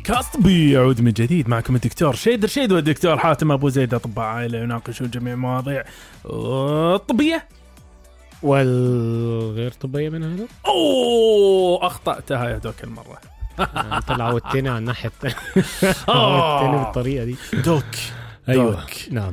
بودكاست طبي يعود من جديد معكم الدكتور شيد والدكتور حاتم أبو زيد، أطباء عائلة يناقشون جميع مواضيع الطبية والغير طبية من هذا. أخطأتها يا دوك المرة. أنت العودتني على الناحية عودتني بالطريقة دي دوك. أيوة. دوك. نعم.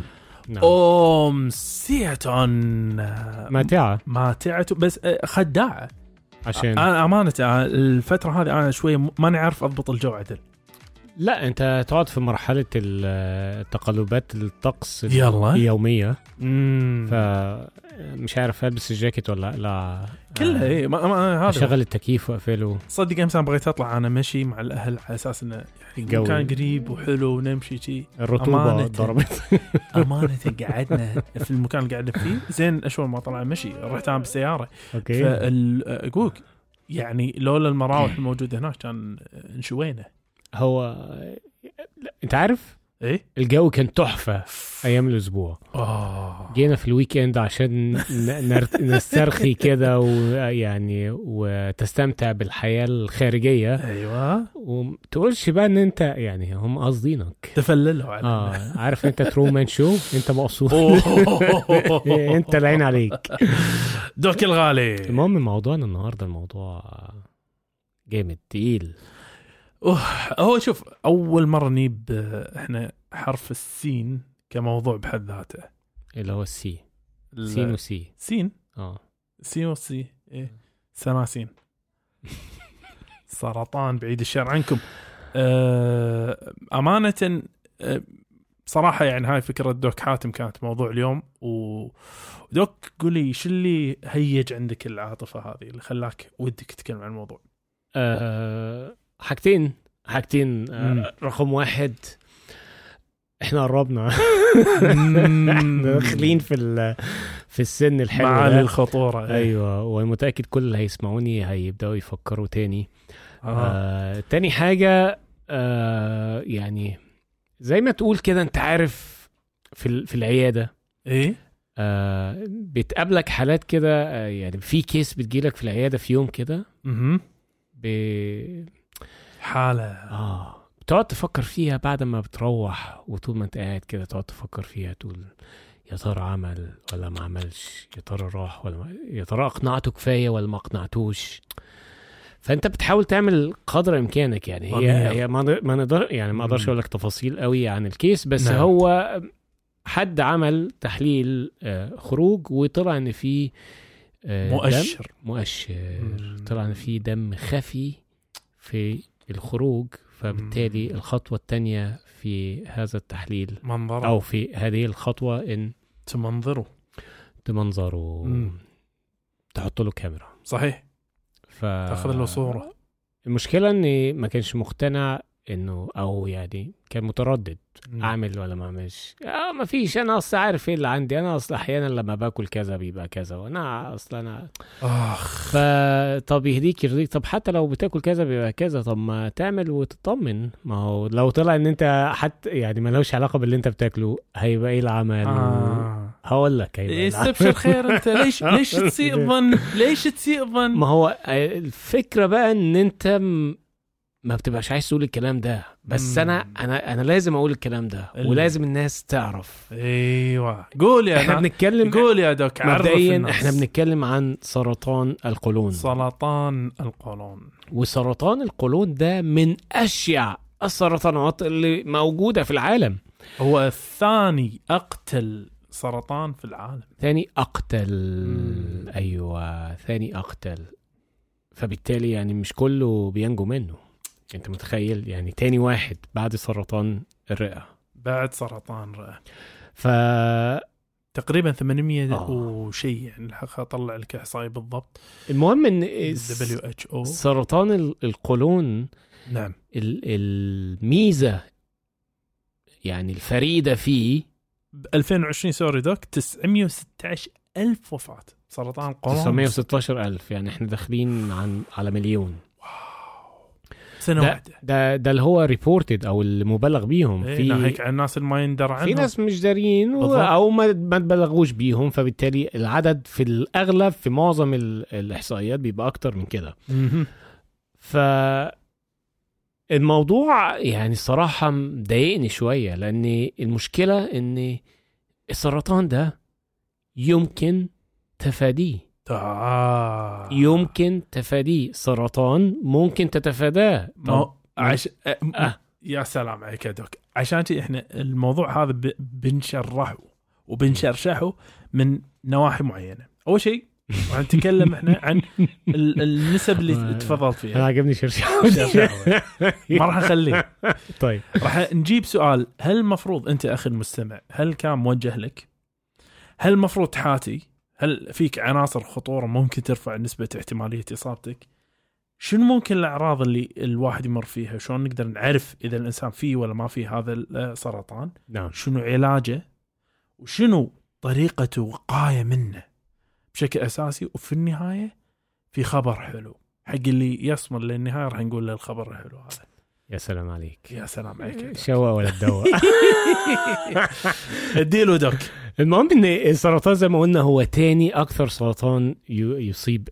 سيئة ماتعة بس خداعة. عشان أنا أمانة الفترة هذه أنا شوية ما نعرف أضبط الجو عدل. لا أنت تقعد في مرحلة التقلبات الطقس اليومية. فمش عارف ألبس الجاكيت ولا لا كلها إيه ما هذا شغل التكييف وأقفله. صدق أمس بغيت أطلع أنا مشي مع الأهل على أساس إنه يعني كان قريب وحلو ونمشي شيء. الرطوبة ضربت. أمانة قعدنا في المكان اللي قاعد فيه زين أشوف ما طلع مشي رحت أنا بالسيارة. فأقولك يعني لولا المراوح الموجودة هناك كان نشوينا. هو أنت عارف إيه الجو كان تحفة أيام الأسبوع. جينا في الويكند عشان نسترخي كده ويعني وتستمتع بالحياة الخارجية. أيوة. وتقولش بقى إن أنت يعني هم قصدينك تفللوا علينا. عارف أنت ترومان شو أنت مقصود. أنت العين عليك دوك الغالي. المهم موضوعنا النهاردة الموضوع جامد تقيل. هو شوف أول مرة نيب إحنا حرف السين كموضوع بحد ذاته اللي هو السي. سين وسي. سين سين وسي إيه سناسين. سرطان بعيد الشر عنكم. أمانة صراحة يعني هاي فكرة دوك حاتم كانت موضوع اليوم. ودوك قولي شو اللي هيج عندك العاطفة هذه اللي خلاك ودك تتكلم عن الموضوع؟ حاجتين رقم واحد احنا قربنا. احنا داخلين في السن الحلو مع الخطورة. ايوه ومتأكد كل اللي هيسمعوني هيبدأوا يفكروا تاني. تاني حاجة يعني زي ما تقول كده انت عارف في العيادة ايه بتقابلك حالات كده. يعني في كيس بتجيلك في العيادة في يوم كده حالة بتقعد تفكر فيها بعد ما بتروح. وطول ما انت قاعد كده تقعد تفكر فيها تقول يا ترى عمل ولا ما عملش، يا ترى راح ولا يا ترى اقنعته كفاية ولا ما اقنعتوش. فانت بتحاول تعمل قدر امكانك. يعني هي ما نقدر يعني ما اقدرش اقول لك تفاصيل قوي عن الكيس بس نعم. هو حد عمل تحليل خروج وطلع ان في مؤشر طلع ان في دم خفي في الخروج. فبالتالي الخطوة الثانية في هذا التحليل منظره. أو في هذه الخطوة إن تمنظره تحط له كاميرا. صحيح. تأخذ له صورة. المشكلة إني ما كانش مقتنع إنه أو يعني كان متردد أعمل ولا ما أعملش. ما فيش أنا أصلا عارف إيه اللي عندي. أنا أصلا أحيانا لما باكل كذا بيبقى كذا وأنا أصلا طب يهديك يرضيك. طب حتى لو بتاكل كذا بيبقى كذا. طب ما تعمل وتطمن. ما هو لو طلع إن أنت حتى يعني ما لهوش علاقة باللي أنت بتاكله هيبقى إيه العمل. هقول لك استبشر خير. أنت ليش تسيء ظن ما هو الفكرة بقى إن أنت ما بتبقاش عايز تقول الكلام ده بس انا لازم اقول الكلام ده ولازم الناس تعرف. ايوه قول يا احنا بنتكلم. قول يا دوك مبدئيا احنا بنتكلم عن سرطان القولون. وسرطان القولون ده من اشيع السرطانات اللي موجودة في العالم. هو الثاني اقتل سرطان في العالم. ثاني اقتل. ايوه ثاني اقتل. فبالتالي يعني مش كله بينجو منه. انت متخيل يعني تاني واحد بعد سرطان الرئة. تقريبا 800 وشيء يعني الحقيقة اطلع لك احصائي بالضبط. المهم ان WHO سرطان القولون نعم الميزة يعني الفريدة فيه 2020 سوري دوك 916,000 وفاة سرطان القولون. 916,000 يعني احنا داخلين على مليون. سنة واحدة. ده اللي هو ريبورتد او المبالغ بيهم. في هيك على الناس اللي ما يندر عنهم. في ناس مش دارين او ما تبلغوش بيهم. فبالتالي العدد في الاغلب في معظم الاحصائيات بيبقى اكتر من كده. الموضوع يعني الصراحة مضايقني شوية، لأن المشكلة إن السرطان ده يمكن تفاديه. يمكن تفاديه. سرطان ممكن تتفاداه. يا سلام عليك يا دوك. عشان احنا الموضوع هذا بنشرحه وبنشرشحه من نواحي معينة. أول شيء راح نتكلم احنا عن النسب اللي تفضلت فيها. أنا عجبني شرشحه ما راح نخليه. طيب راح نجيب سؤال: هل المفروض أنت أخي المستمع، هل كان موجه لك؟ هل المفروض تحاتي؟ هل فيك عناصر خطورة ممكن ترفع نسبة احتمالية إصابتك؟ شنو ممكن الأعراض اللي الواحد يمر فيها؟ شلون نقدر نعرف إذا الإنسان فيه ولا ما فيه هذا السرطان؟ نعم. شنو علاجه؟ وشنو طريقة وقاية منه بشكل أساسي؟ وفي النهاية في خبر حلو حق اللي يصمر للنهاية، راح نقول له الخبر الحلو هذا. يا سلام عليك. يا سلام عليك. شوا ولا الدواء. اديله دوك. المهم ان السرطان زي ما قلنا هو تاني اكثر سرطان يصيب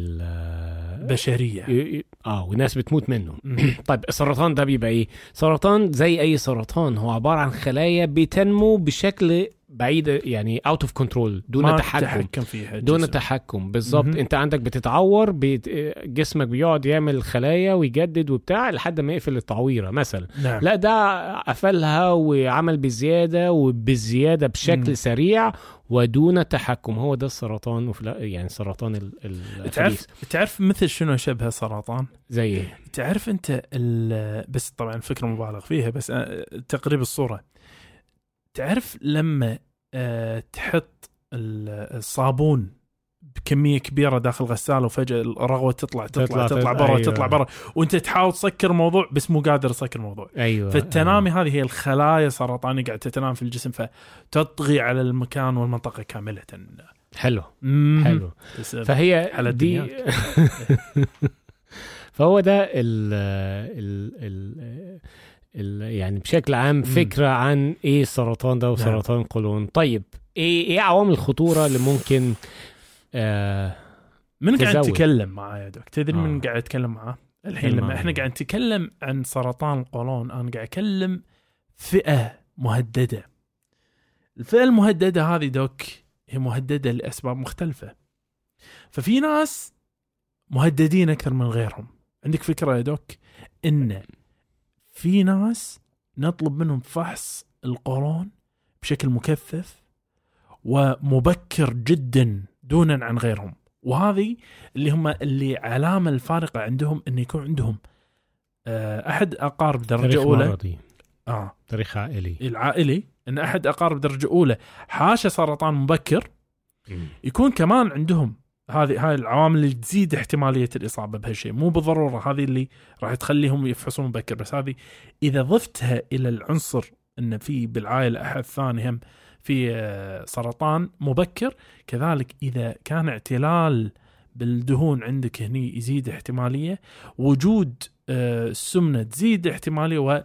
البشرية. وناس بتموت منه. طيب السرطان ده بيبقى ايه؟ سرطان زي اي سرطان هو عبارة عن خلايا بتنمو بشكل بعيد، يعني out of control، دون تحكم فيها، دون تحكم. بالضبط. انت عندك بتتعور، جسمك بيقعد يعمل خلايا ويجدد وبتاع لحد ما يقفل التعويرة مثلا. نعم. لا، ده قفلها وعمل بزيادة وبالزيادة بشكل سريع ودون تحكم. هو ده السرطان. يعني سرطان تعرف مثل شنو شبه سرطان؟ زي تعرف انت بس طبعا الفكرة مبالغ فيها، بس تقريب الصورة. تعرف لما تحط الصابون بكمية كبيرة داخل غسالة وفجأة الرغوة تطلع برا. أيوة. تطلع برا وانت تحاول تسكر الموضوع بس مو قادر تسكر الموضوع. أيوة. فالتنامي هذه هي الخلايا السرطانية قاعدة تتنام في الجسم، فتطغي على المكان والمنطقة كاملة. حلو. فهي دي فهو ده يعني بشكل عام فكرة عن ايه السرطان ده وسرطان القولون. طيب ايه عوامل الخطورة اللي ممكن من قاعد تتكلم معاه يا دكتور؟ تدري من قاعد اتكلم معاه الحين؟ لما احنا قاعد نتكلم عن سرطان القولون انا قاعد اتكلم فئة مهددة. الفئة المهددة هذه دوك هي مهددة لأسباب مختلفة. ففي ناس مهددين أكثر من غيرهم. عندك فكرة يا دوك إن في ناس نطلب منهم فحص القولون بشكل مكثف ومبكر جدا دونا عن غيرهم، وهذه اللي هم اللي علامة الفارقة عندهم إن يكون عندهم أحد أقارب درجة أولى، تاريخ العائلي، إن أحد أقارب درجة أولى حاشا سرطان مبكر. يكون كمان عندهم هذه العوامل اللي تزيد احتمالية الإصابة بهالشيء. مو بالضرورة هذه اللي راح تخليهم يفحصون مبكر، بس هذه إذا ضفتها إلى العنصر إن في بالعائلة أحد ثاني هم في سرطان مبكر، كذلك إذا كان اعتلال بالدهون عندك هني يزيد احتمالية، وجود السمنة تزيد احتمالية،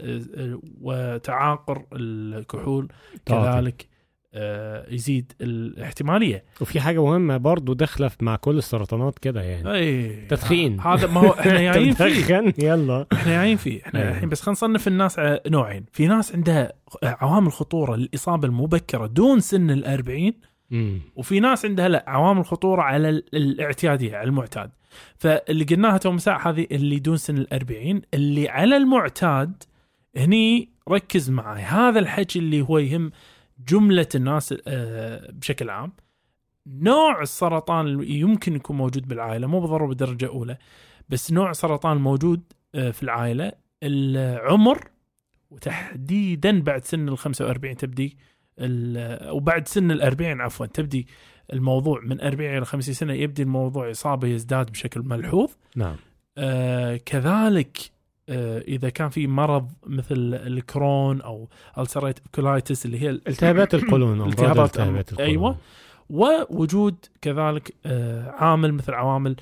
وتعاقر الكحول كذلك يزيد الاحتمالية. وفي حاجة مهمة برضو داخلة مع كل السرطانات كده، يعني تدخين. هذا ما هو احنا جايين فيه. يلا احنا جايين فيه. احنا الحين بس خلينا نصنف الناس على نوعين. في ناس عندها عوامل خطورة للإصابة المبكرة دون سن 40، وفي ناس عندها لا عوامل خطورة على الاعتيادية، على المعتاد. فاللي قلناها تو مساء هذه اللي دون سن 40. اللي على المعتاد هني ركز معي، هذا الحكي اللي هو يهم جملة الناس بشكل عام. نوع السرطان اللي يمكن يكون موجود بالعائلة مو بالضرورة بدرجة أولى، بس نوع سرطان موجود في العائلة، العمر، وتحديدا بعد سن 45 تبدي، وبعد سن 40 عفوا تبدي الموضوع. من 40 إلى 50 سنة يبدي الموضوع إصابة يزداد بشكل ملحوظ. نعم. كذلك إذا كان في مرض مثل الكرون أو ألسريتيف كولايتس اللي هي التهابات القولون، التهابات القولون. أيوة. ووجود كذلك عامل مثل عوامل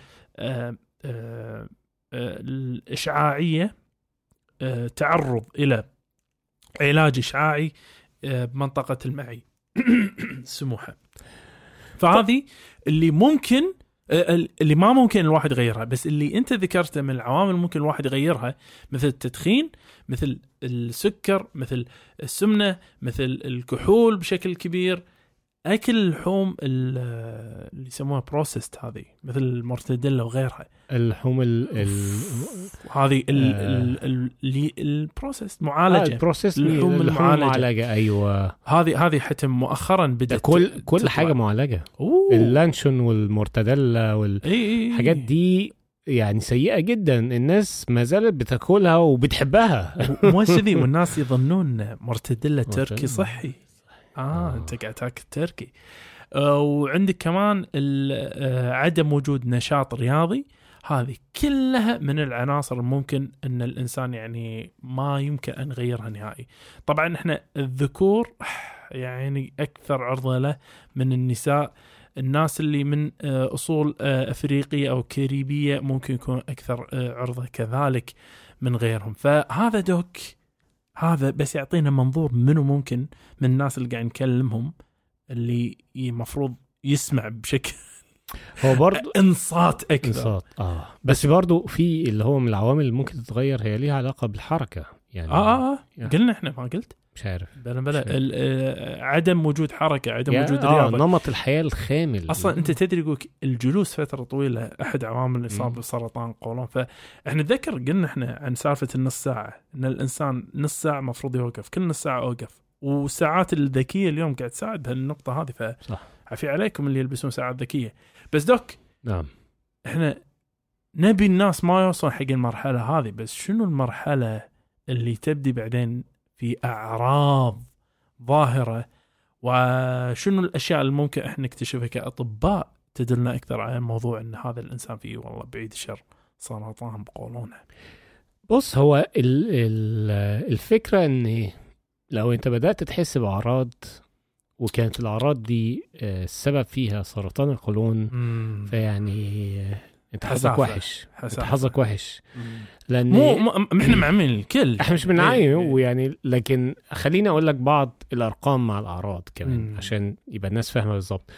الإشعاعية، تعرض إلى علاج إشعاعي بمنطقة المعي السموحة. فهذه اللي ممكن اللي ما ممكن الواحد يغيرها، بس اللي انت ذكرته من العوامل ممكن الواحد يغيرها، مثل التدخين، مثل السكر، مثل السمنة، مثل الكحول بشكل كبير، اكل اللحوم اللي يسموها بروسيست، هذه مثل المورتديلا وغيرها، اللحوم هذه اللي البروسيست معالجه، البروسيست اللحوم المعالجه. ايوه، هذه حتى مؤخرا بدات كل حاجه معالجه. اللانشون والمورتديلا والحاجات دي يعني سيئه جدا، الناس ما زالت بتاكلها وبتحبها. مو كذي، والناس يظنون مورتديلا تركي صحي. انت قاعد تاكل تركي. وعندك كمان عدم وجود نشاط رياضي، هذه كلها من العناصر الممكن ان الانسان يعني ما يمكن ان نغيرها نهائي. طبعا احنا الذكور يعني اكثر عرضة له من النساء. الناس اللي من اصول افريقية او كاريبية ممكن يكون اكثر عرضة كذلك من غيرهم. فهذا دوك هذا بس يعطينا منظور منه ممكن من الناس اللي قاعد نكلمهم، اللي مفروض يسمع بشكل هو برضو انصات اكثر. بس برضو في اللي هو من العوامل اللي ممكن تتغير، هي ليها علاقة بالحركة يعني. يعني. قلنا احنا ما قلت مش عارف عدم وجود حركة، عدم وجود رياضة، نمط الحياة الخامل. اصلا انت تدري يقولك الجلوس فترة طويلة احد عوامل الاصابة بسرطان القولون. فاحنا نذكر قلنا احنا عن سالفة النص ساعة، ان الانسان نص ساعة مفروض يوقف، كل نص ساعة اوقف. والساعات الذكية اليوم قاعد تساعد هالنقطة هذه، فعفي عليكم اللي يلبسون ساعات ذكية. بس دوك نعم، احنا نبي الناس ما يوصل حق المرحلة هذه، بس شنو المرحلة اللي تبدي بعدين في أعراض ظاهرة، وشنو الأشياء اللي ممكن احنا نكتشفها كأطباء تدلنا أكثر على موضوع أن هذا الإنسان فيه والله بعيد الشر سرطان بقولونه. بص، هو الفكرة أن لو أنت بدأت تحس بأعراض وكانت الأعراض دي السبب فيها سرطان القولون، فيعني انت حظك وحش، انت حظك وحش. لان احنا معمين الكل، احنا مش بنعاين ويعني، لكن خليني اقول لك بعض الارقام مع الاعراض كمان عشان يبقى الناس فاهمه بالظبط.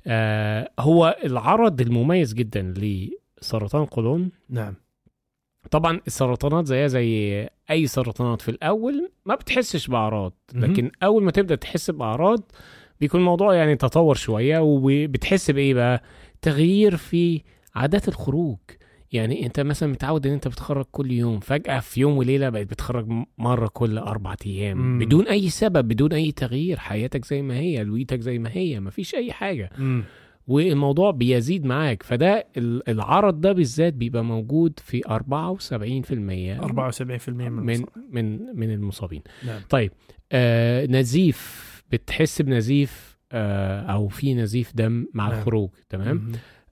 هو العرض المميز جدا لسرطان القولون، نعم طبعا السرطانات زيها زي اي سرطانات، في الاول ما بتحسش باعراض، لكن اول ما تبدا تحس باعراض بيكون الموضوع يعني تطور شويه، وبتحس بايه بقى؟ تغيير في عادات الخروج. يعني انت مثلا متعود ان انت بتخرج كل يوم، فجأة في يوم وليلة بقيت بتخرج مرة كل 4 أيام بدون اي سبب، بدون اي تغيير. حياتك زي ما هي، لويتك زي ما هي، مفيش اي حاجة. والموضوع بيزيد معاك. فده العرض ده بالذات بيبقى موجود في 74% من المصابين. نعم. طيب نزيف، بتحس بنزيف او في نزيف دم مع الخروج، تمام.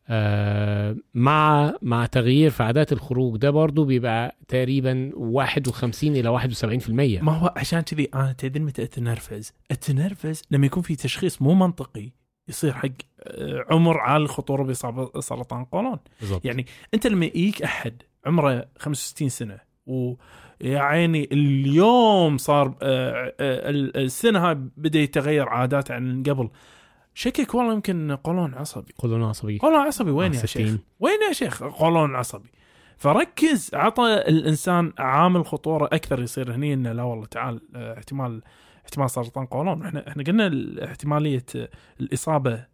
مع تغيير في عادات الخروج، ده برضو بيبقى تقريبا 51 إلى 71%. ما هو عشان كذي أنا تدري متى أتنرفز لما يكون في تشخيص مو منطقي يصير حق عمر عالي الخطورة بإصابة سرطان قولون. يعني أنت لما يجيك أحد عمره 65 سنة ويا عيني اليوم صار السنة هاي بدأ يتغير عادات عن قبل، شكك والله يمكن قولون عصبي. وين يا شيخ؟ وين يا شيخ قولون عصبي؟ فركز، عطى الإنسان عامل خطورة أكثر يصير هني إنه لا والله تعال احتمال سرطان قولون. احنا قلنا احتمالية الإصابة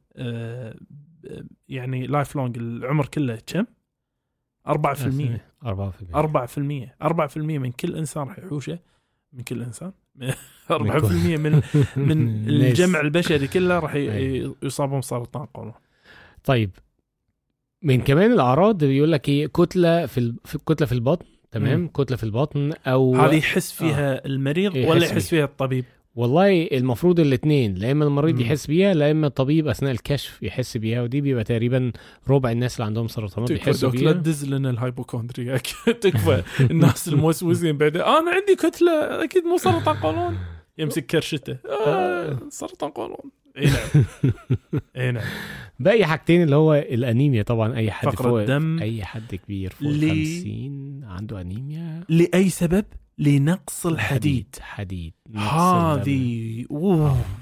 يعني لايف لونج، العمر كله كم؟ 4%. 4% من كل إنسان راح يحوشه، من كل إنسان 4% من الجمع البشري كله راح يصابون سرطان قولون. طيب من كمان الأعراض بيقول لك ايه؟ كتلة في البطن، تمام. كتلة في البطن، او هذه يحس فيها المريض ولا يحس فيها الطبيب؟ والله المفروض الاثنين، لا اما المريض يحس بيها، لا اما الطبيب اثناء الكشف يحس بيها. ودي بيبقى تقريبا ربع الناس اللي عندهم سرطانات بيحسوا بيها. لا تدز لنا الهايبوكوندرياك تكفى الناس الموسوسين بعد انا عندي كتله اكيد مو سرطان قولون، يمسك كرشته سرطان قولون. اي نعم. باقي حاجتين اللي هو الانيميا. طبعا اي حد فوق الدم، اي حد كبير فوق 50 عنده انيميا لاي سبب، لنقص الحديد. حديد هذه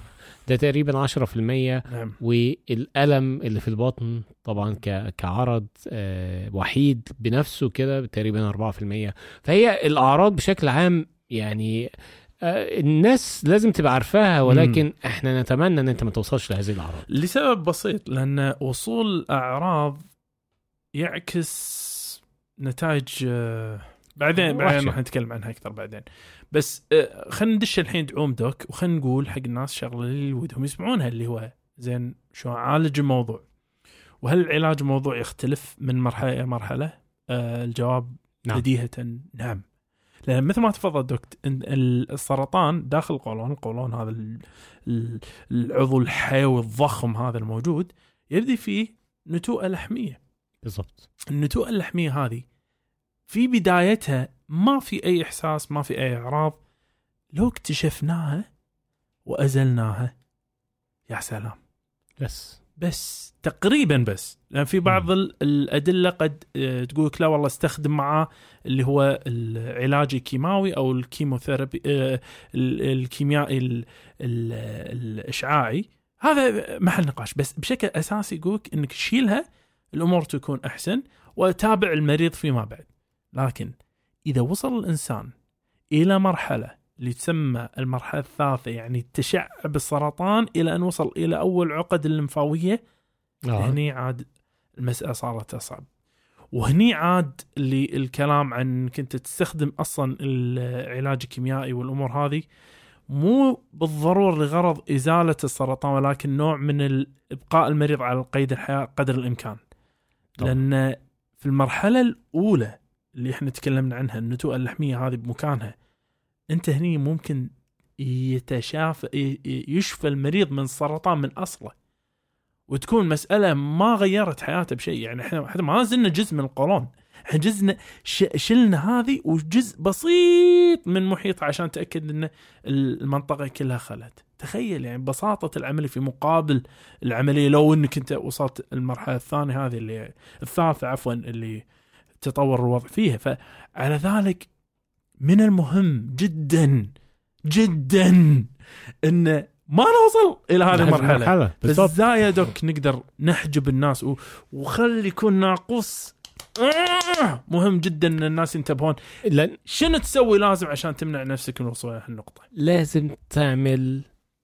ده تقريبا 10%. نعم. والألم اللي في البطن طبعا كعرض وحيد بنفسه كده تقريبا 4%. فهي الأعراض بشكل عام يعني الناس لازم تبقى عارفاها، ولكن احنا نتمنى ان انت ما توصلش لهذه الأعراض لسبب بسيط، لأن وصول أعراض يعكس نتائج بعدين راح نتكلم عنها أكثر بعدين. بس خلينا ندش الحين دعوم دوك، وخلينا نقول حق الناس شغلة اللي ودهم يسمعونها، اللي هو زين شو عالج الموضوع، وهل العلاج الموضوع يختلف من مرحلة إلى مرحلة؟ الجواب نعم. بديهة نعم. لأن مثل ما تفضل دكتور، السرطان داخل القولون هذا العضو الحيوي الضخم هذا الموجود يبدي فيه نتوءة لحمية. بالضبط. النتوءة اللحمية هذه في بدايتها ما في أي إحساس، ما في أي أعراض. لو اكتشفناها وأزلناها يا سلام، بس تقريبا بس، لأن في بعض الأدلة قد تقولك لا والله استخدم معاه اللي هو العلاج الكيماوي أو الكيموثيرابي الكيميائي الإشعاعي، هذا محل نقاش. بس بشكل أساسي يقولك إنك تشيلها الأمور تكون أحسن، وتابع المريض فيما بعد. لكن إذا وصل الإنسان إلى مرحلة اللي تسمى المرحلة الثالثة، يعني تشعب السرطان إلى أن وصل إلى أول عقد الليمفاوية، هني عاد المسألة صارت أصعب. وهني عاد اللي الكلام عن كنت تستخدم أصلا العلاج الكيميائي والأمور هذه مو بالضرورة لغرض إزالة السرطان، ولكن نوع من إبقاء المريض على قيد الحياة قدر الإمكان. لأن في المرحلة الأولى اللي احنا تكلمنا عنها، النتوءة اللحمية هذه بمكانها، انت هني ممكن يشفى المريض من السرطان من أصله، وتكون مسألة ما غيرت حياته بشيء. يعني احنا ما زلنا جزء من القولون، احنا جزء شلنا هذه وجزء بسيط من محيط عشان تأكد ان المنطقة كلها خلت. تخيل يعني بساطة العملية في مقابل العملية لو انك انت وصلت المرحلة الثانية هذه اللي الثالثة عفوا اللي تطور الوضع فيها. فعلى ذلك من المهم جدا جدا ان ما نوصل الى هذه المرحلة. بس ازاي يا دوك نقدر نحجب الناس وخلي يكون ناقص. مهم جدا ان الناس ينتبهون. شنو تسوي لازم عشان تمنع نفسك من وصول هالنقطة؟ لازم تعمل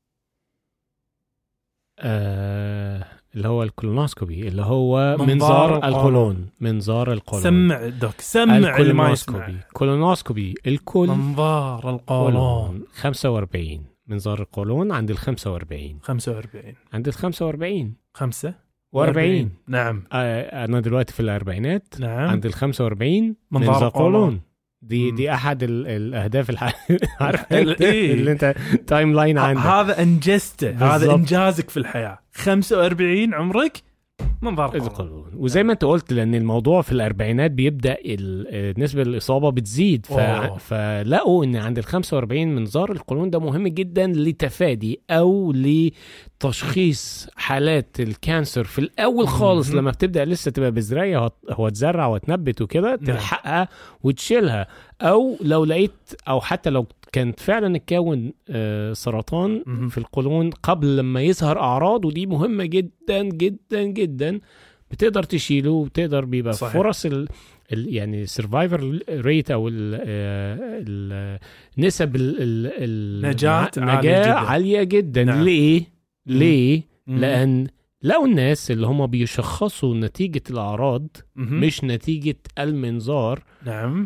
اللي هو الكولونوسكوبي، اللي هو منظار القولون. سمع دوك، سمع اللي ما يسمع. كولونوسكوبي منظار القولون 45. منظار القولون عند 45 عند 45. نعم. أنا دلوقتي في الأربعينات. نعم. عند 45 منظار القولون. دي أحد الأهداف اللي أنت تايم لاين عندك. هذا أنجزته، هذا إنجازك في الحياة. 45 عمرك منظار القولون. وزي ما أنت قلت، لأن الموضوع في الأربعينات بيبدأ نسبة الإصابة بتزيد، فلقوا إن عند 45 منظار القولون ده مهم جدا لتفادي أو لتشخيص حالات الكانسر في الأول خالص. لما بتبدأ لسه تبقى بذرية هو تزرع وتنبت وكده، تلحقها وتشيلها. أو لو لقيت، أو حتى لو كانت فعلا تكون سرطان في القولون قبل لما يظهر أعراض، ودي مهمة جدا جدا جدا، بتقدر تشيله وبتقدر بيبقى صحيح. فرص يعني survivor rate أو نسب النجاة عالية جدا. نعم. ليه؟ لأن لو الناس اللي هم بيشخصوا نتيجة الأعراض مش نتيجة المنظار، نعم،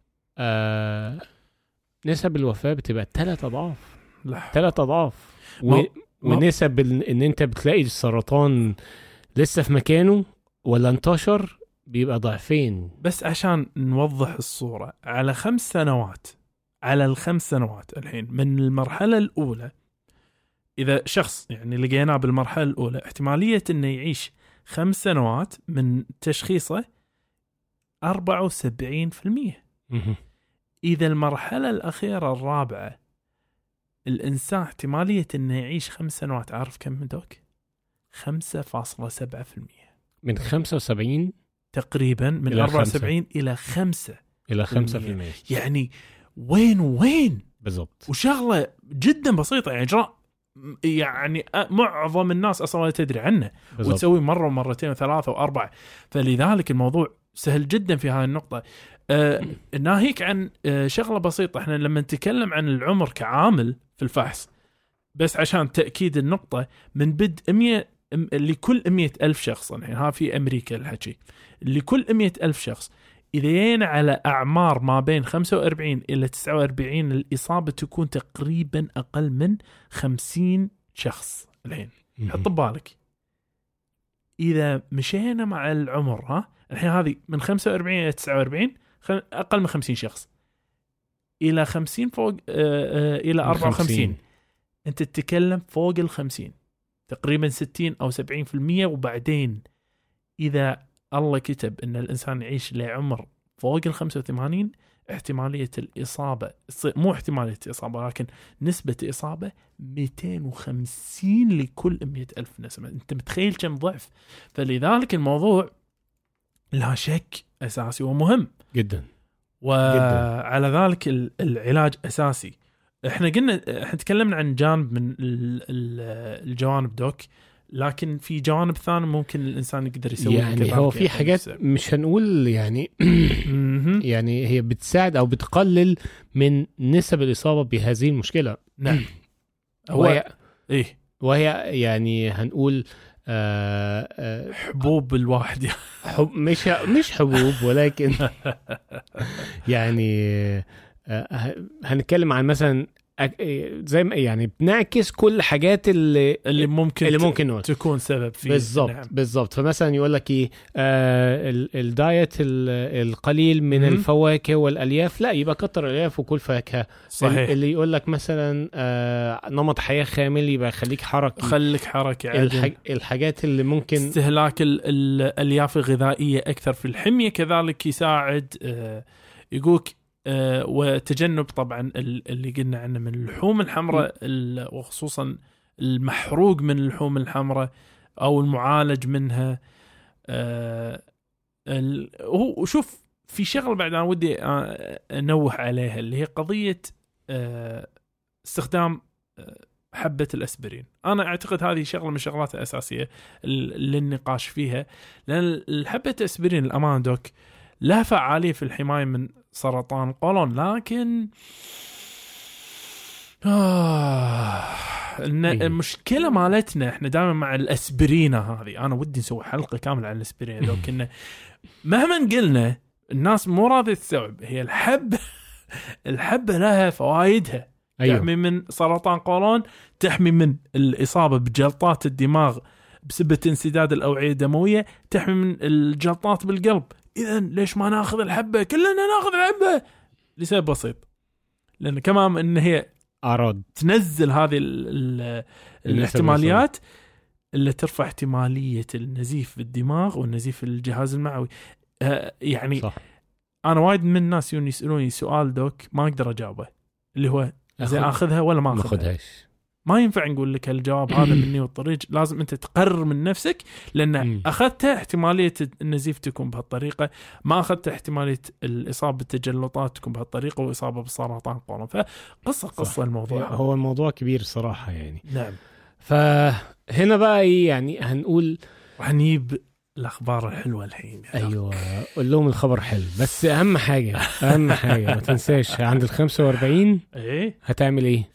نسب الوفاة بتبقى 3 أضعاف. ونسب ان انت بتلاقي السرطان لسه في مكانه ولا انتشر بيبقى ضعفين. بس عشان نوضح الصورة، على 5 سنوات، على 5 سنوات الحين من المرحلة الأولى، إذا شخص يعني لقيناه بالمرحلة الأولى، احتمالية إنه يعيش 5 سنوات من تشخيصه 74%. إذا المرحلة الأخيرة الرابعة، الإنسان احتمالية إنه يعيش 5 سنوات، عارف كم من دوك؟ 5.7%. من 75 تقريبا، من 74 إلى 5%. يعني وين بالضبط. وشغلة جدا بسيطة، يعني إجراء يعني معظم الناس أصلا لا تدري عنه بالضبط. وتسوي مرة ومرتين وثلاثة وأربعة. فلذلك الموضوع سهل جدا في هذه النقطة. ناهيك عن شغلة بسيطة، احنا لما نتكلم عن العمر كعامل في الفحص، بس عشان تأكيد النقطة، من بدء 100 لكل 100,000 شخص، يعني ها في أمريكا الحكي، لكل 100,000 شخص إذا جينا على أعمار ما بين 45 إلى 49 الإصابة تكون تقريبا أقل من 50 شخص. الحين حط بالك إذا مشينا مع العمر، الحين هذه من 45 إلى 49 أقل من 50 شخص، إلى 50 فوق إلى 54 أنت تتكلم فوق 50 تقريبا 60 أو 70%. وبعدين إذا الله كتب إن الإنسان يعيش لعمر فوق 85 احتمالية الإصابة، مو احتمالية الإصابة لكن نسبة إصابة 250 لكل 100,000 نسمة. أنت متخيل كم ضعف؟ فلذلك الموضوع لا شك أساسي ومهم جدا. وعلى ذلك العلاج أساسي. احنا تكلمنا عن جانب من الجوانب دوك، لكن في جوانب ثانية ممكن الإنسان يقدر يسوي. يعني هو في حاجات مش هنقول يعني يعني هي بتساعد أو بتقلل من نسب الإصابة بهذه المشكلة. نعم. وهي يعني هنقول حبوب الواحد مش حبوب ولكن يعني هنتكلم عن مثلا زي ما يعني بنعكس كل حاجات اللي ممكن تكون سبب فيه. بالضبط. نعم. بالضبط. فمثلا يقول لك ايه الدايت القليل من الفواكه والالياف، لا يبقى كتر الالياف وكل فاكهه. صحيح. اللي يقول لك مثلا نمط حياه خامل، يبقى خليك حركي الحاجات اللي ممكن استهلاك الالياف الغذائيه اكثر في الحميه كذلك يساعد. يقولك وتجنب طبعا اللي قلنا عنه من اللحوم الحمراء، وخصوصا المحروق من اللحوم الحمراء او المعالج منها. وشوف في شغله بعد انا ودي انوه عليها، اللي هي قضيه استخدام حبة الأسبرين. أنا أعتقد هذه شغلة من الشغلات الأساسية للنقاش فيها، لأن الحبة الأسبرين الأمان دوك لها فعالية في الحماية من سرطان القولون، لكن المشكلة مالتنا احنا دائما مع الأسبرينة هذه. أنا ودي نسوي حلقة كاملة عن الأسبرينة دوك، إنه مهما قلنا الناس مو راضية تستوعب. هي الحبة لها فوائدها. أيوه. تحمي من سرطان قولون، تحمي من الإصابة بجلطات الدماغ بسبب انسداد الأوعية الدموية، تحمي من الجلطات بالقلب. إذن ليش ما ناخذ الحبة؟ كلنا ناخذ الحبة لسبب بسيط، لأن كمان إن هي تنزل هذه الاحتماليات اللي ترفع احتمالية النزيف بالدماغ والنزيف في الجهاز المعوي. يعني صح. أنا وايد من الناس يسألوني سؤال دوك ما أقدر أجاوبه، اللي هو زي أخذها ولا ما أخذها. ما ينفع نقول لك الجواب هذا مني والطريق، لازم أنت تقرر من نفسك، لأن أخذتها احتمالية النزيف تكون بهالطريقة، ما أخذت احتمالية الإصابة بالتجلطات تكون بهالطريقة وإصابة بالسرطان القولون. فقصة الموضوع هو الموضوع كبير صراحة يعني. نعم. فهنا بقى يعني هنقول هنجيب الأخبار الحلوة الحين. أيوة قول لهم الخبر حلو، بس أهم حاجة ما تنساش عند 45 هتعمل إيه؟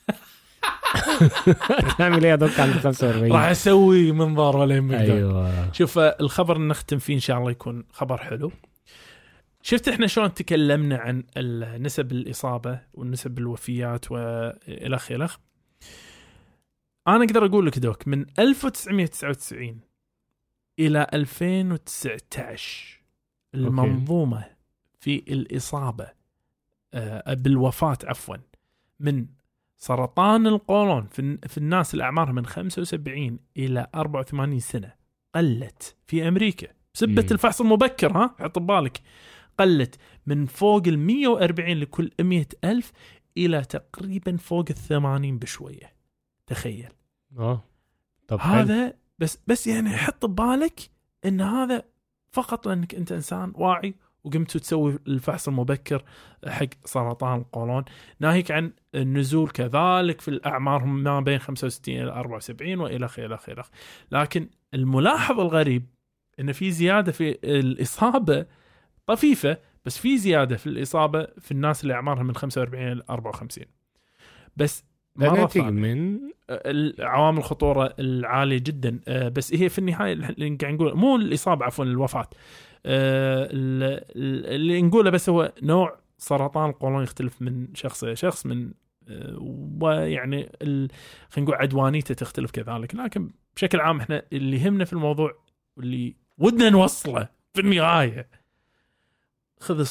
هتعمل إيه يا دكتور عند 45؟ راح أسوي منظار ولا مقدار. أيوة. شوف الخبر نختم فيه إن شاء الله يكون خبر حلو. شفت إحنا شلون تكلمنا عن نسب الإصابة والنسب الوفيات وإلخ. أنا أقدر أقول لك دوك من 1999 إلى 2019 المنظومة في الإصابة بالوفاة من سرطان القولون في الناس الأعمار من 75 إلى 84 سنة قلت في أمريكا بسبة الفحص المبكر. حط بالك قلت من فوق 140 لكل 100,000 إلى تقريبا فوق 80 بشوية. تخيل. طب هذا حلو. بس يعني حط بالك ان هذا فقط لانك انت انسان واعي وقمتوا تسوي الفحص المبكر حق سرطان القولون، ناهيك عن النزول كذلك في الأعمار ما بين 65 إلى 74 وإلى آخره. لكن الملاحظ الغريب إن في زيادة في الإصابة طفيفة، بس في زيادة في الإصابة في الناس اللي أعمارها من 45 إلى 54. بس ناتج من عوامل الخطورة العالية جدا. بس هي في النهاية اللي قاعد نقول مو الإصابة، عفوا الوفاة، اللي نقوله بس هو نوع سرطان القولون يختلف من شخص إلى شخص، من ويعني خلينا نقول عدوانيته تختلف كذلك. لكن بشكل عام احنا اللي يهمنا في الموضوع واللي ودنا نوصله في النهاية، خذ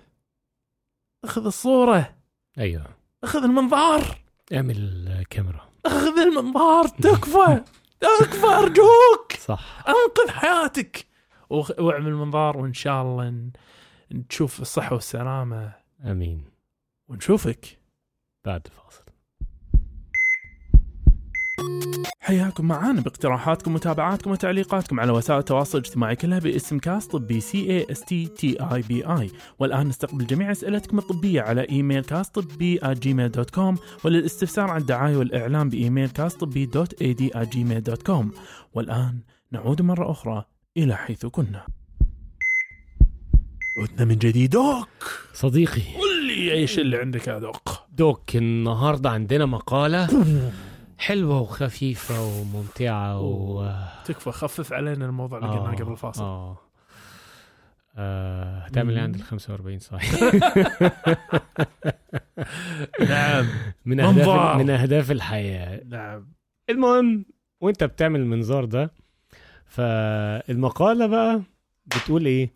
الصورة، ايوه، اخذ المنظار، اعمل كاميرا، اخذ المنظار، تكفى ارجوك، صح، انقذ حياتك واعمل منظار، وان شاء الله نشوف الصحة والسلامة. امين. ونشوفك بعد الفاصل. حياكم معانا باقتراحاتكم ومتابعاتكم وتعليقاتكم على وسائل التواصل الاجتماعي كلها باسم كاست طبي CASTTIBI. والآن نستقبل جميع أسئلتكم الطبية على إيميل castطبي@gmail.com، وللاستفسار عن الدعاية والإعلام بإيميل castطبي.ad@gmail.com. والآن نعود مرة أخرى إلى حيث كنا. عدنا من جديد. دوك صديقي، قل لي ايش اللي عندك يا دوك. النهاردة عندنا مقالة حلوة وخفيفة وممتعة تكفى خفف علينا الموضوع اللي قلناه قبل الفاصل. هتعمل لي عند 45 صحيح. نعم، من أهداف الحياة. نعم. المهم، وانت بتعمل المنظار ده، فالمقالة بقى بتقول ايه؟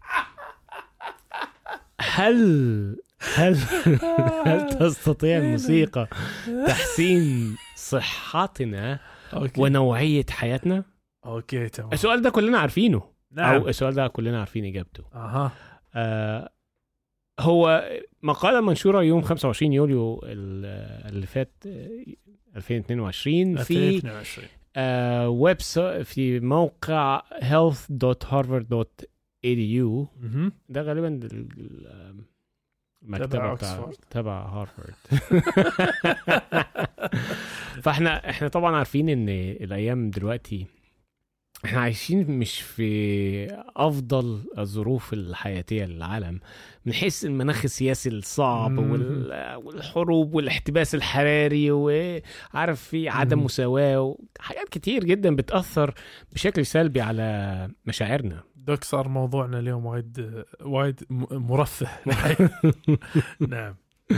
هل تستطيع الموسيقى تحسين صحتنا ونوعية حياتنا؟ اوكي تمام. السؤال ده كلنا عارفينه. نعم. او السؤال ده كلنا عارفين اجابته. هو مقالة منشورة يوم 25 يوليو اللي فات 2022 في ويب في موقع health.harvard.edu. ده غالبا المكتبة تبع هارفارد. فاحنا طبعا عارفين ان الايام دلوقتي احنا عايشين مش في افضل الظروف الحياتيه للعالم، من حيث المناخ السياسي الصعب والحروب والاحتباس الحراري، وعارف في عدم مساواه وحاجات كتير جدا بتاثر بشكل سلبي على مشاعرنا. دوك صار موضوعنا اليوم وايد مرفه. نعم.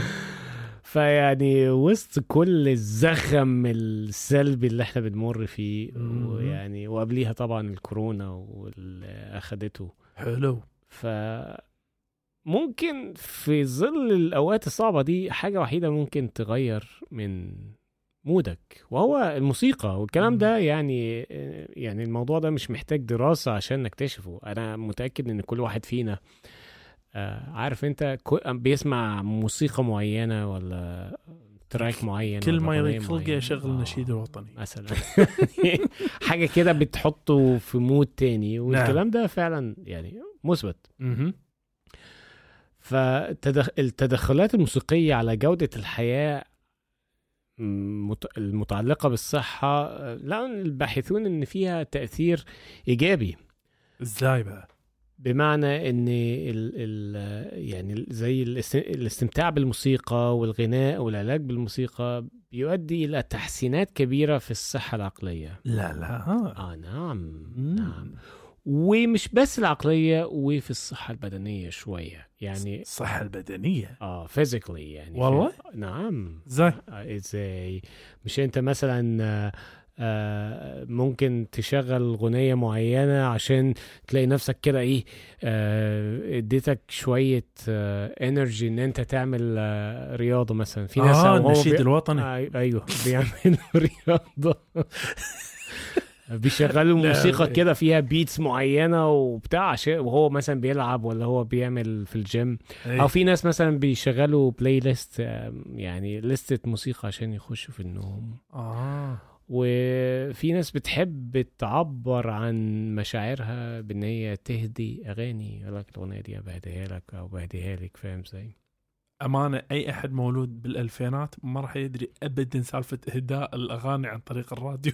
فيعني وسط كل الزخم السلبي اللي احنا بنمر فيه، ويعني وقبليها طبعا الكورونا واللي اخدته. حلو. فممكن في ظل الاوقات الصعبة دي حاجة وحيدة ممكن تغير من مودك، وهو الموسيقى. والكلام ده يعني الموضوع ده مش محتاج دراسة عشان نكتشفه. انا متأكد ان كل واحد فينا عارف انت بيسمع موسيقى معينة ولا تراك معين، كل ما يضيق خلقه يشغل النشيد الوطني مثلا. حاجة كده بتحطه في مود تاني. والكلام ده فعلا يعني مثبت. فالتدخلات الموسيقية على جودة الحياة المتعلقة بالصحة، لا الباحثون ان فيها تأثير ايجابي. ازاي بقى؟ بمعنى ان يعني زي الاستمتاع بالموسيقى والغناء والعلاج بالموسيقى بيؤدي الى تحسينات كبيرة في الصحة العقلية. لا نعم. ومش بس العقلية، وفي الصحة البدنية شوية يعني. الصحة البدنية physically يعني. والله؟ نعم. ازاي مش انت مثلا ممكن تشغل غنية معينة عشان تلاقي نفسك كده ايه، اديتك شوية انرجي ان انت تعمل رياضة مثلا. في ناس النشيد الوطني. ايوه بيعمل رياضة. بيشغلوا موسيقى كده فيها بيتس معينة وبتاع، عشان وهو مثلا بيلعب ولا هو بيعمل في الجيم. او في ناس مثلا بيشغلوا بلاي ليست، يعني لستة موسيقى عشان يخشوا في النوم. وفي ناس بتحب تعبر عن مشاعرها بان هي تهدي اغاني، يقول لك الاغنيه دي بهديها لك او بهديها لك، فاهم زي أمانة أي أحد مولود بالألفينات ما راح يدري أبدا سالفة إهداء الأغاني عن طريق الراديو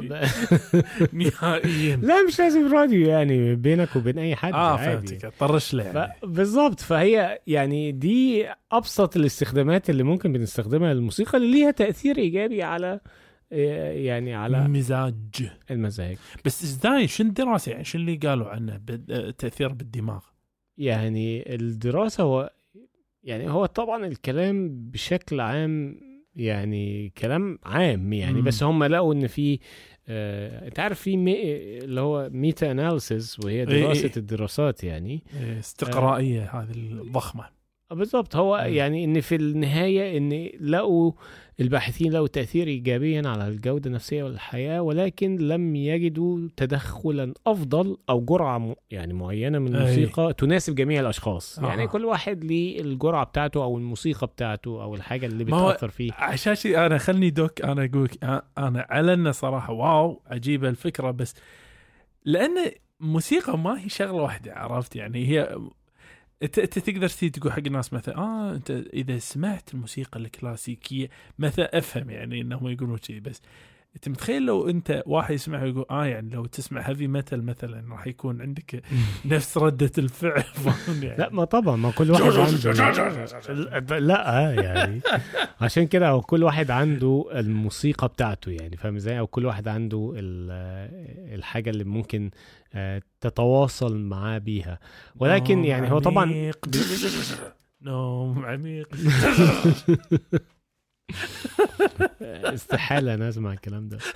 نهائيا. لا مش لازم راديو، يعني بينك وبين أي حد عادي. فهمتك، طرش له يعني. بالضبط. فهي يعني دي أبسط الاستخدامات اللي ممكن بنستخدمها للموسيقى اللي ليها تأثير إيجابي على يعني على المزاج. بس إزاي شن الدراسة يعني شن اللي قالوا عنه تأثير بالدماغ؟ يعني الدراسة هو يعني هو طبعا الكلام بشكل عام يعني كلام عام يعني بس هم لقوا ان في انت عارف في اللي هو ميتا اناليسيس، وهي دراسة الدراسات يعني استقرائية هذه الضخمة. بالضبط. هو يعني ان في النهاية ان لقوا الباحثين لقوا تأثير إيجابيا على الجودة النفسية والحياة، ولكن لم يجدوا تدخلا أفضل أو جرعة يعني معينة من الموسيقى تناسب جميع الأشخاص. يعني كل واحد ليه الجرعة بتاعته أو الموسيقى بتاعته أو الحاجة اللي بتأثر فيه. عشان شيء أنا خلني دوك أنا أقولك أنا علنا صراحة واو عجيبة الفكرة، بس لأن موسيقى ما هي شغلة واحدة، عرفت يعني هي انت تقدر تقول حق الناس مثلا انت اذا سمعت الموسيقى الكلاسيكيه مثلا افهم يعني انهم يقولون شيء، بس انت متخيل لو انت واحد يسمعه يقول يعني لو تسمع هيفي ميتال مثلا راح يكون عندك نفس ردة الفعل يعني. لا ما طبعا ما كل واحد عنده لا يعني عشان كده او كل واحد عنده الموسيقى بتاعته يعني فاهم ازاي، او كل واحد عنده الحاجة اللي ممكن تتواصل معاه بيها، ولكن يعني هو طبعا نوم عميق استحالة أنا أسمع الكلام ده.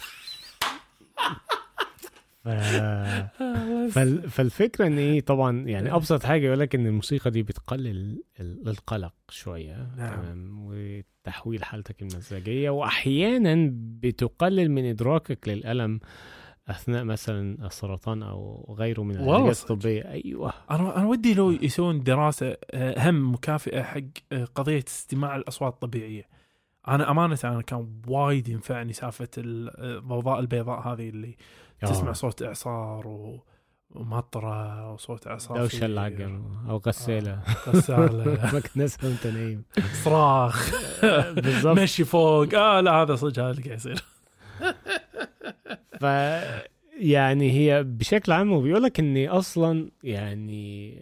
فالفكرة إن إيه طبعا يعني أبسط حاجة يقولك إن الموسيقى دي بتقلل القلق شوية تمام، وتحويل حالتك المزاجية، وأحيانا بتقلل من إدراكك للألم أثناء مثلا السرطان أو غيره من العلاجات الطبية. أيوة أنا ودي لو يسوون دراسة هم مكافئة حق قضية استماع الأصوات الطبيعية. أنا أمانة أنا كان وايد ينفعني سالفة الضوضاء البيضاء هذه اللي تسمع صوت إعصار ومطرة وصوت إعصار دوشة العقل أو غسالة غسالة مكنسة وانت نايم صراخ مشي فوق لا هذا صدق هذا اللي قاعد يصير. يعني هي بشكل عام وبيقولك إني أصلا يعني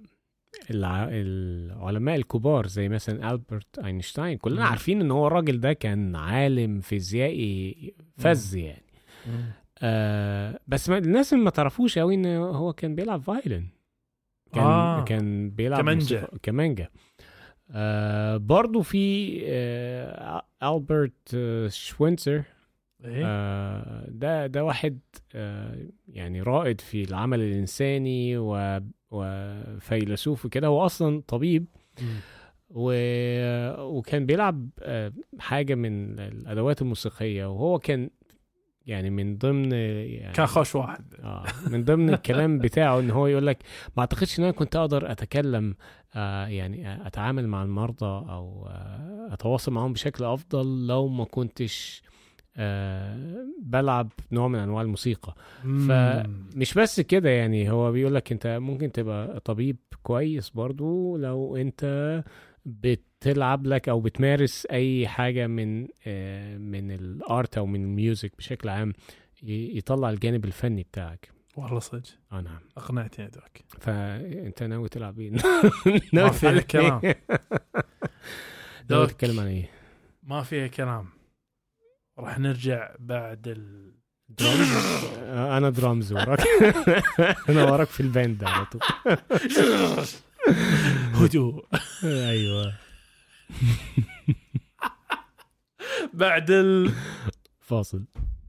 العلماء الكبار زي مثلا ألبرت أينشتاين كلنا عارفين ان هو الراجل ده كان عالم فيزيائي فز يعني بس الناس ما تعرفوش قوي ان هو كان بيلعب فايلن، كان بيلعب كمانجا. برضو في ألبرت شوينسر ده واحد يعني رائد في العمل الإنساني وفيلسوف وكده، هو أصلا طبيب وكان بيلعب حاجة من الأدوات الموسيقية، وهو كان يعني من ضمن يعني كان خوش واحد من ضمن الكلام بتاعه ان هو يقول لك ما اعتقدش ان انا كنت اقدر اتكلم يعني اتعامل مع المرضى او اتواصل معهم بشكل افضل لو ما كنتش بلعب نوع من انواع الموسيقى. فمش بس كده يعني هو بيقول لك انت ممكن تبقى طبيب كويس برضو لو انت بتلعب لك او بتمارس اي حاجة من الارت او من الميوزك بشكل عام يطلع الجانب الفني بتاعك. والله صدق نعم اقنعتني دوك. فانت ناوي تلعب ايه؟ ما فيها كلام. ناوي تتكلم عن ايه؟ ما فيها كلام. راح نرجع بعد درامز. انا درامز وراك. انا وراك في الباند على طول. هدوء. ايوه. بعد الفاصل.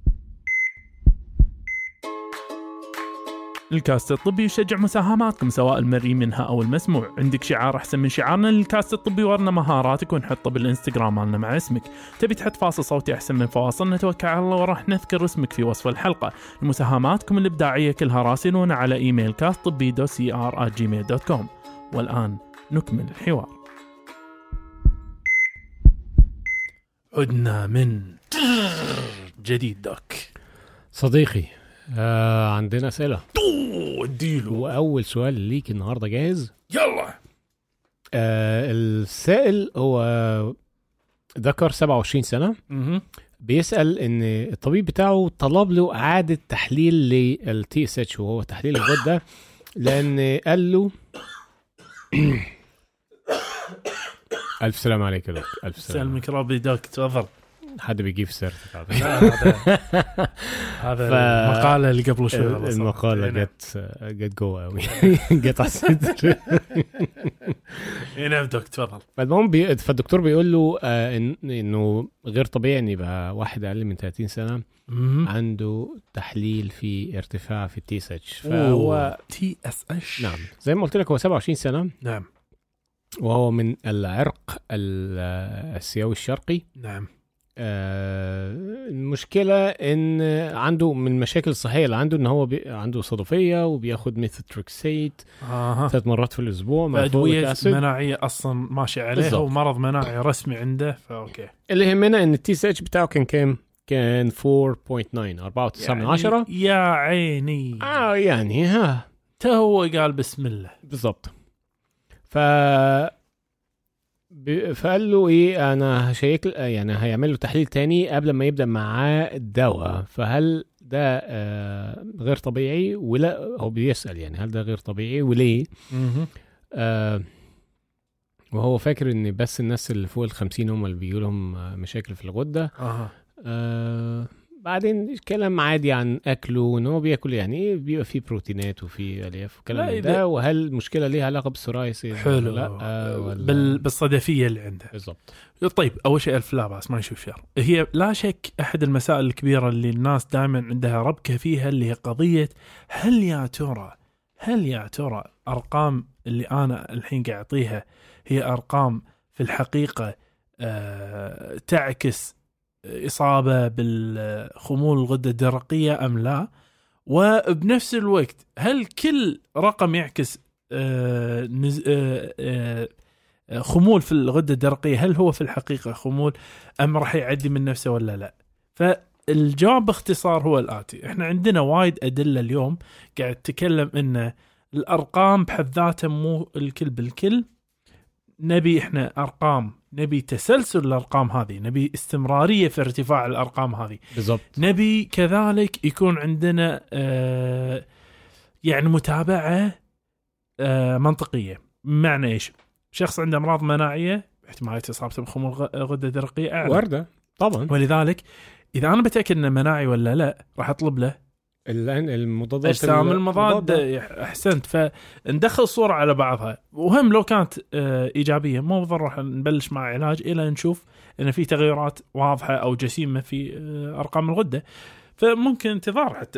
الكاست الطبي يشجع مساهماتكم سواء المرئي منها أو المسموع. عندك شعار أحسن من شعارنا للكاست الطبي ورنا مهاراتك ونحطه بالإنستغرام مالنا مع اسمك. تبي تحط فاصل صوتي أحسن من فواصل نتوكل على الله وراح نذكر اسمك في وصف الحلقة. مساهماتكم الإبداعية كلها راسلونا على إيميل castطبي.cr@gmail.com. والآن نكمل الحوار. عدنا من جديد دوك صديقي. عندنا أسئلة. اديله. وأول سؤال ليك النهاردة جاهز؟ يلا. السائل هو ذكر 27 سنة. بيسأل إن الطبيب بتاعه طلب له إعادة تحليل للTSH وهو تحليل الغدة، لأن قال له ألف سلام عليك يا دكتور. ألف سلام. الميكروبي دوك تفضل. حد بيجيب سيرتك هذا المقالة اللي قبل شوي. المقالة جت جوه قوي. جت على الصدر. نعم دوك تفضل. المهم فالدكتور بيقول له انه غير طبيعي ان يبقى واحد اقل من 30 سنة عنده تحليل في ارتفاع في الTSH. فهو TSH نعم زي ما قلت لك هو 27 سنة. نعم. وهو من العرق الآسيوي الشرقي. نعم. المشكلة ان عنده من المشاكل الصحية اللي عنده ان هو عنده صدفية وبياخد ميثوتريكسيت 3 مرات في الاسبوع مع أدوية مناعية اصلا ماشي عليها ومرض مناعي رسمي عنده. فاوكي اللي يهمنا ان الTSH بتاعه كان 4.9 4.9 يا عيني. يعني ها هو قال بسم الله بالضبط. فقال له ايه انا هشيك يعني هيعمل له تحليل تاني قبل ما يبدأ معاه الدواء. فهل ده غير طبيعي ولا هو بيسأل يعني هل ده غير طبيعي وليه؟ وهو فاكر ان بس الناس اللي فوق 50 هم اللي بيجوا لهم مشاكل في الغدة. بعدين الكلام عادي عن أكله وإن هو بيأكل يعني بيبقى فيه بروتينات وفيه ألياف وكلام ده. وهل المشكلة ليها علاقة بالسورايسيس؟ حلو. لا بالصدفية اللي عنده. بالضبط. طيب أول شيء ألف لا بأس ما يشوف شر. هي لا شك أحد المسائل الكبيرة اللي الناس دائما عندها ربكة فيها اللي هي قضية هل يا ترى أرقام اللي أنا الحين قاعد أعطيها هي أرقام في الحقيقة تعكس إصابة بالخمول الغدة الدرقية أم لا؟ وبنفس الوقت هل كل رقم يعكس خمول في الغدة الدرقية هل هو في الحقيقة خمول أم راح يعدي من نفسه ولا لا؟ فالجواب باختصار هو الآتي. احنا عندنا وايد أدلة اليوم قاعد تتكلم إن الأرقام بحد ذاتها مو الكل بالكل. نبي احنا أرقام، نبي تسلسل الأرقام هذه، نبي استمرارية في ارتفاع الأرقام هذه بالضبط. نبي كذلك يكون عندنا يعني متابعة منطقية. معنى إيش؟ شخص عنده أمراض مناعية احتمالية إصابته بخمول غدة درقية أعلى وردة طبعا. ولذلك إذا أنا بتأكد إنه مناعي ولا لا راح أطلب له المضادات أجسام المضاد. أحسنت. فندخل الصورة على بعضها وهم لو كانت إيجابية مو بالضرورة راح نبلش مع علاج إلى نشوف إن في تغيرات واضحة أو جسيمة في أرقام الغدة. فممكن انتظار حتى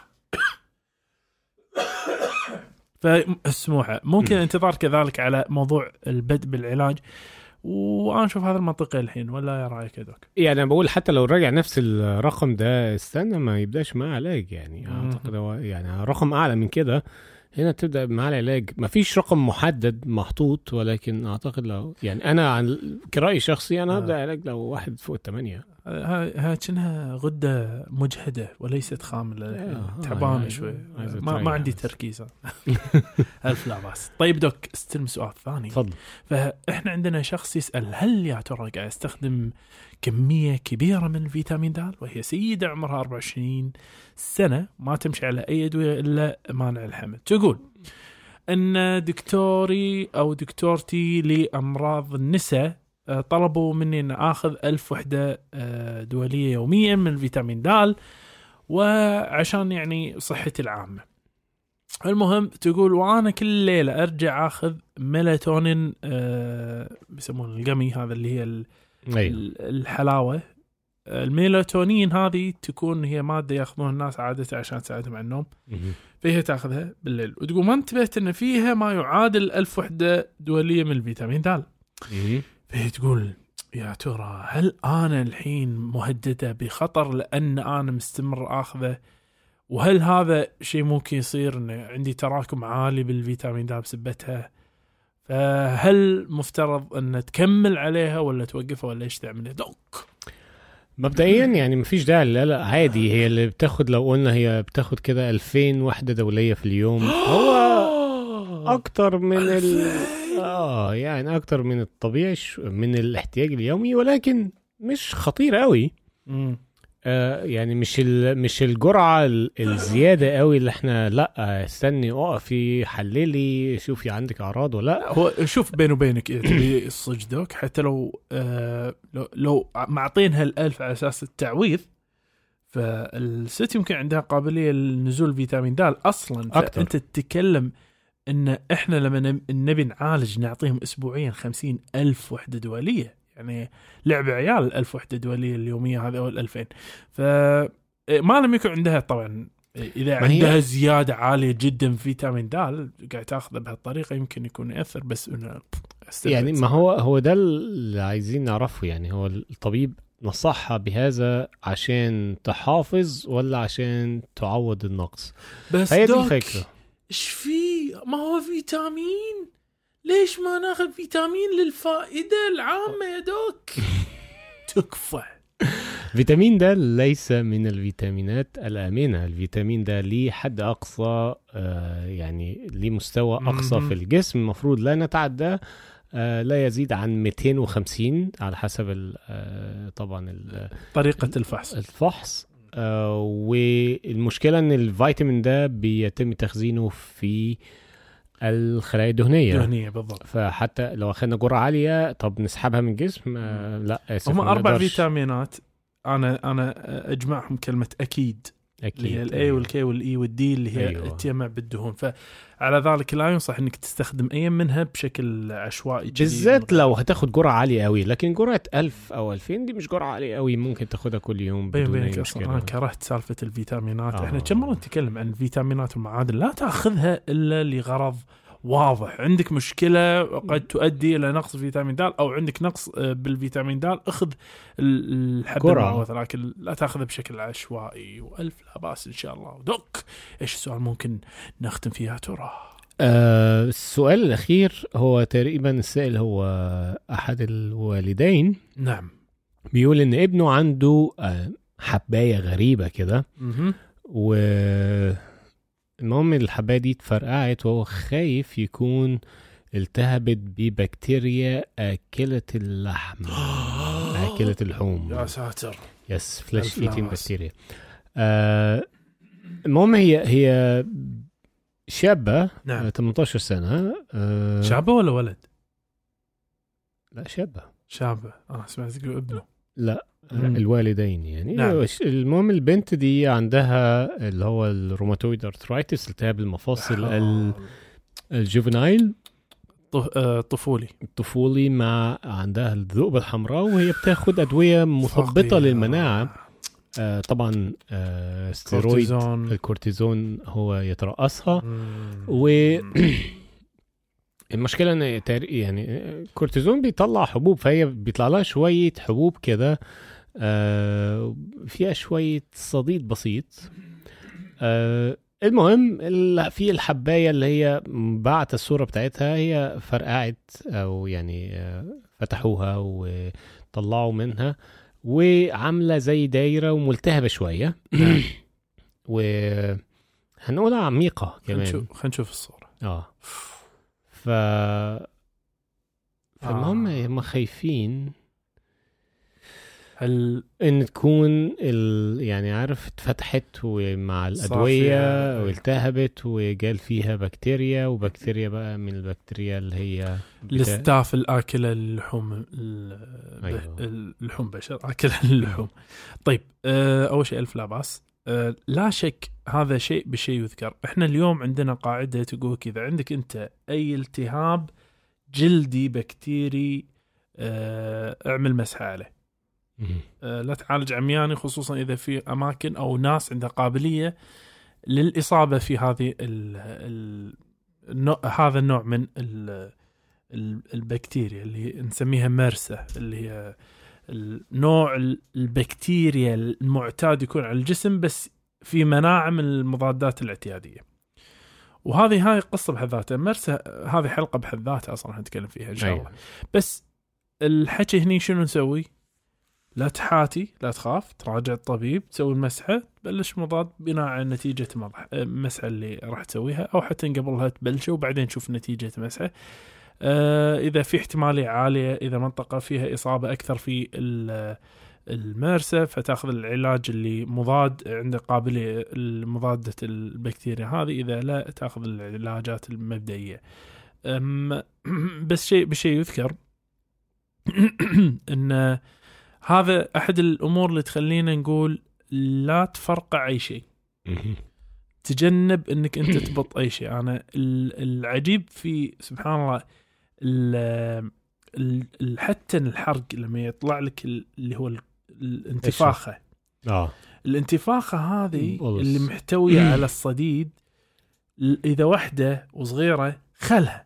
فاسموها ممكن انتظار كذلك على موضوع البدء بالعلاج. وأنا أشوف هذا المنطقي الحين ولا يا رأيك يا دوك؟ يعني أنا بقول حتى لو رجع نفس الرقم ده استنى ما يبدأش معاه علاج يعني. أعتقد يعني رقم أعلى من كده هنا تبدأ معاه العلاج. ما فيش رقم محدد محطوط ولكن أعتقد لو يعني أنا عن كرأي شخصي أنا أبدأ علاج لو واحد فوق 8. ها كأنها غدة مجهدة وليست خاملة. تعبانة شوي ما عندي تركيز. ألف لا بأس. طيب دوك استلم سؤال ثاني. تفضل. فإحنا عندنا شخص يسأل هل يا ترى قاعد يستخدم كمية كبيرة من الفيتامين د وهي سيدة عمرها 24 سنة ما تمشي على أي أدوية إلا مانع الحمل. تقول أن دكتوري أو دكتورتي لأمراض النساء طلبوا مني أن أخذ 1000 وحدة دولية يوميا من الفيتامين د وعشان يعني صحتي العامة. المهم تقول وأنا كل ليلة أرجع أخذ ميلاتونين بيسمونه القمي هذا اللي هي الحلاوة. الميلاتونين هذه تكون هي مادة يأخذونها الناس عادة عشان تساعدهم على النوم. فهي تأخذها بالليل وتقول ما انتبهت أن فيها ما يعادل 1000 وحدة دولية من الفيتامين د. فهي تقول يا ترى هل أنا الحين مهددة بخطر لأن أنا مستمر أخذه؟ وهل هذا شيء ممكن يصير أن عندي تراكم عالي بالفيتامين د بسبتها؟ فهل مفترض أن تكمل عليها ولا توقفها ولا إيش تعمل دوك؟ مبدئيا يعني مفيش داعي. لا عادي، هي اللي بتاخد، لو قلنا هي بتاخد كده 2000 وحدة دولية في اليوم. هو اكتر من يعني اكتر من الطبيعي، من الاحتياج اليومي، ولكن مش خطير قوي. يعني مش الجرعة الزيادة قوي اللي احنا لا استني اقفي حللي شوفي عندك اعراض ولا لا. هو شوف بينه وبينك تبي الصجدوك حتى لو معطينها 1000 على اساس التعويض، فالست يمكن عندها قابلية لنزول فيتامين د اصلا. فانت تتكلم ان احنا لما نبي نعالج نعطيهم اسبوعيا 50,000 وحدة دولية، يعني لعب عيال 1000 وحدة دولية اليومية هذا أو 2000. فما لم يكن عندها طبعا، إذا عندها زيادة عالية جدا في فيتامين د قاعد تأخذ بهالطريقة يمكن يكون يأثر. بس إنه يعني ما هو ده اللي عايزين نعرفه. يعني هو الطبيب نصحها بهذا عشان تحافظ ولا عشان تعوض النقص؟ بس هي دي الفكرة. إيش في؟ ما هو فيتامين، ليش ما ناخذ فيتامين للفائدة العامة يا دوك؟ تكفى. فيتامين د ليس من الفيتامينات الآمنة. الفيتامين د ليه حد أقصى، يعني ليه مستوى أقصى في الجسم، المفروض لا نتعدى، لا يزيد عن 250 على حسب طبعا طريقة الفحص. والمشكلة ان الفيتامين ده بيتم تخزينه في الخلايا الدهنية بالضبط. فحتى لو اخذنا جرعة عالية طب نسحبها من الجسم، لا هم 4 فيتامينات انا اجمعهم كلمة اكيد اللي هي الاي والكي والاي والدي اللي هي التجمع بالدهون. فعلى ذلك لا ينصح انك تستخدم اي منها بشكل عشوائي بالذات لو هتاخد جرعة عالية قوي. لكن جرعة 1000 أو 2000 دي مش جرعة عالية قوي، ممكن تاخدها كل يوم بدون أي مشكلة. أنا كرهت سالفة الفيتامينات. احنا كم مرة نتكلم عن الفيتامينات والمعادن، لا تأخذها إلا لغرض واضح. عندك مشكلة قد تؤدي إلى نقص فيتامين د أو عندك نقص بالفيتامين د، أخذ الحب المعوض، لكن لا تأخذه بشكل عشوائي. وألف لا بأس إن شاء الله. دوك إيش السؤال ممكن نختم فيها ترى؟ السؤال الأخير هو تقريبا السائل هو أحد الوالدين. نعم. بيقول إن ابنه عنده حباية غريبة كده، المهم الحباية دي اتفرقعت وهو خايف يكون التهبت ببكتيريا آكلة اللحم آكلة اللحوم. يا ساتر. يس، فلاش ايتين بكتيريا. المهم هي شابة. نعم. 18 سنة. شابة ولا ولد؟ لا شابة. سمعت تقول ابنه. لا الوالدين يعني. نعم. المهم البنت دي عندها اللي هو الروماتويد ارثرايتس، التهاب المفاصل الجوفنايل، الطفولي، مع عندها الذؤبة الحمراء، وهي بتاخد أدوية مثبطة للمناعة. طبعا ستيرويد الكورتيزون هو يترأسها. المشكلة ان يعني الكورتيزون بيطلع حبوب، فهي بيطلع لها شوية حبوب كده فيها شوية صديد بسيط. المهم في الحباية اللي هي بعت الصورة بتاعتها هي فرقعت، او يعني فتحوها وطلعوا منها وعاملة زي دايرة وملتهبة شوية. وهنقولها عميقة كمان. خلينا نشوف الصورة. فالمهم هم خايفين ان تكون يعني عارف اتفتحت ومع الادويه والتهبت وجال فيها بكتيريا، وبكتيريا بقى من البكتيريا اللي هي الاستاف الاكله اللحوم. اللحوم بشر اكل اللحوم. طيب اول شيء الف لا باس. لا شك هذا شيء بشيء يذكر. احنا اليوم عندنا قاعدة تقول كذا: عندك انت اي التهاب جلدي بكتيري اعمل مسح عليه. لا تعالج عمياني، خصوصا اذا في اماكن او ناس عندها قابلية للإصابة في هذه هذا النوع من البكتيريا اللي نسميها مرسة، اللي هي النوع البكتيريا المعتاد يكون على الجسم بس في مناعة من المضادات الاعتيادية. وهذه قصة بحد ذاتها. مرسى هذه حلقة بحد ذاتها أصلا هنتكلم فيها إن شاء الله. بس الحكي هني شنو نسوي؟ لا تحاتي، لا تخاف، تراجع الطبيب، تسوي المسحة، تبلش مضاد بناء على نتيجة المسحة اللي راح تسويها، أو حتى قبلها تبلشه وبعدين تشوف نتيجة مسحة. إذا في احتمالية عالية، إذا منطقة فيها إصابة أكثر في المرسى، فتأخذ العلاج اللي مضاد، عنده قابلية لمضادة البكتيريا هذه. إذا لا، تأخذ العلاجات المبدئية. بس بشيء يذكر إن هذا أحد الأمور اللي تخلينا نقول لا تفرقع أي شيء، تجنب إنك أنت تبط أي شيء. أنا العجيب في سبحان الله حتى الحرق لما يطلع لك اللي هو الانتفاخة، الانتفاخة هذه اللي محتوية على الصديد، إذا وحدة وصغيرة خلها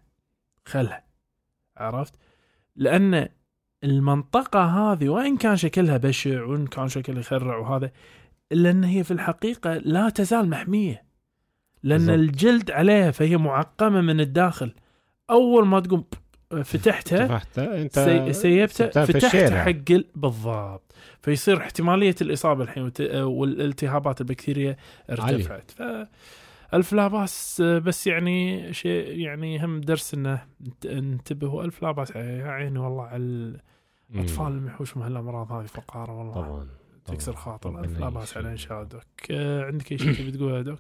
عرفت، لأن المنطقة هذه وإن كان شكلها بشع وإن كان شكلها يخرع وهذا، إلا أن هي في الحقيقة لا تزال محمية، لأن بالضبط. الجلد عليها، فهي معقمة من الداخل. أول ما تقوم فتحتها سيبتها، فتحتها حق بالضبط، فيصير احتمالية الإصابة الحين والالتهابات البكتيريا ارتفعت. ألف لا بأس، بس يعني شيء يعني هم درس إنه انتبهوا. ألف لا بأس يا عيني والله على الأطفال اللي يحوشوا من هالأمراض هذه، فقارة والله طبعاً. تكسر خاطر. ألف لا بأس على إن شاء الله. دوك عندك أي شيء تبي تقوله دوك؟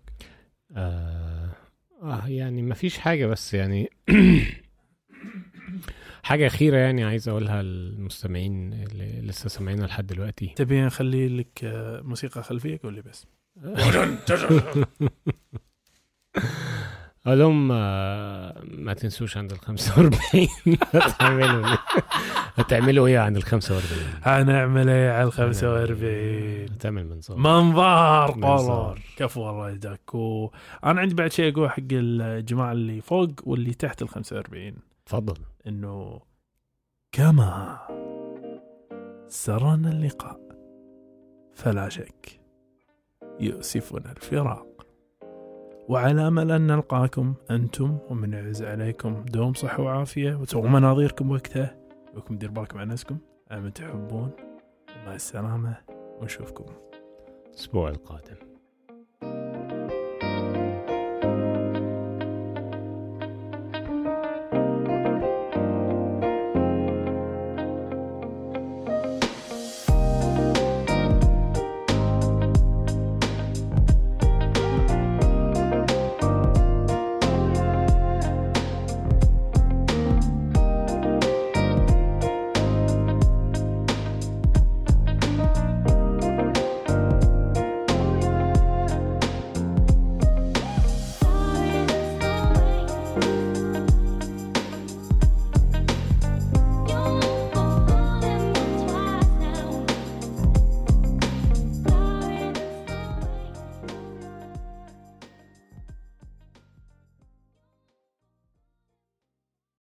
يعني ما فيش حاجة، بس يعني حاجة أخيرة يعني عايز أقولها للمستمعين اللي لسه سمعينا لحد دلوقتي. تبي نخلي لك موسيقى خلفية؟ قول لي بس. قال لهم ما تنسوش عند 45 هتعملوا ايه عند 45؟ هنعمل ايه على 45؟ هتعمل منظار قولون. كفو والله يدك. وانا عندي بعد شيء اقول حق الجماعة اللي فوق واللي تحت 45. تفضل. انه كما سرنا اللقاء فلا شك يؤسفنا الفراق، وعلى أمل أن نلقاكم أنتم ومن يعز عليكم دوم صحة وعافية وتسووا مناظيركم وقتها، وكم دير بالكم على نفسكم، أمن تحبون، ومع السلامة، ونشوفكم الأسبوع القادم.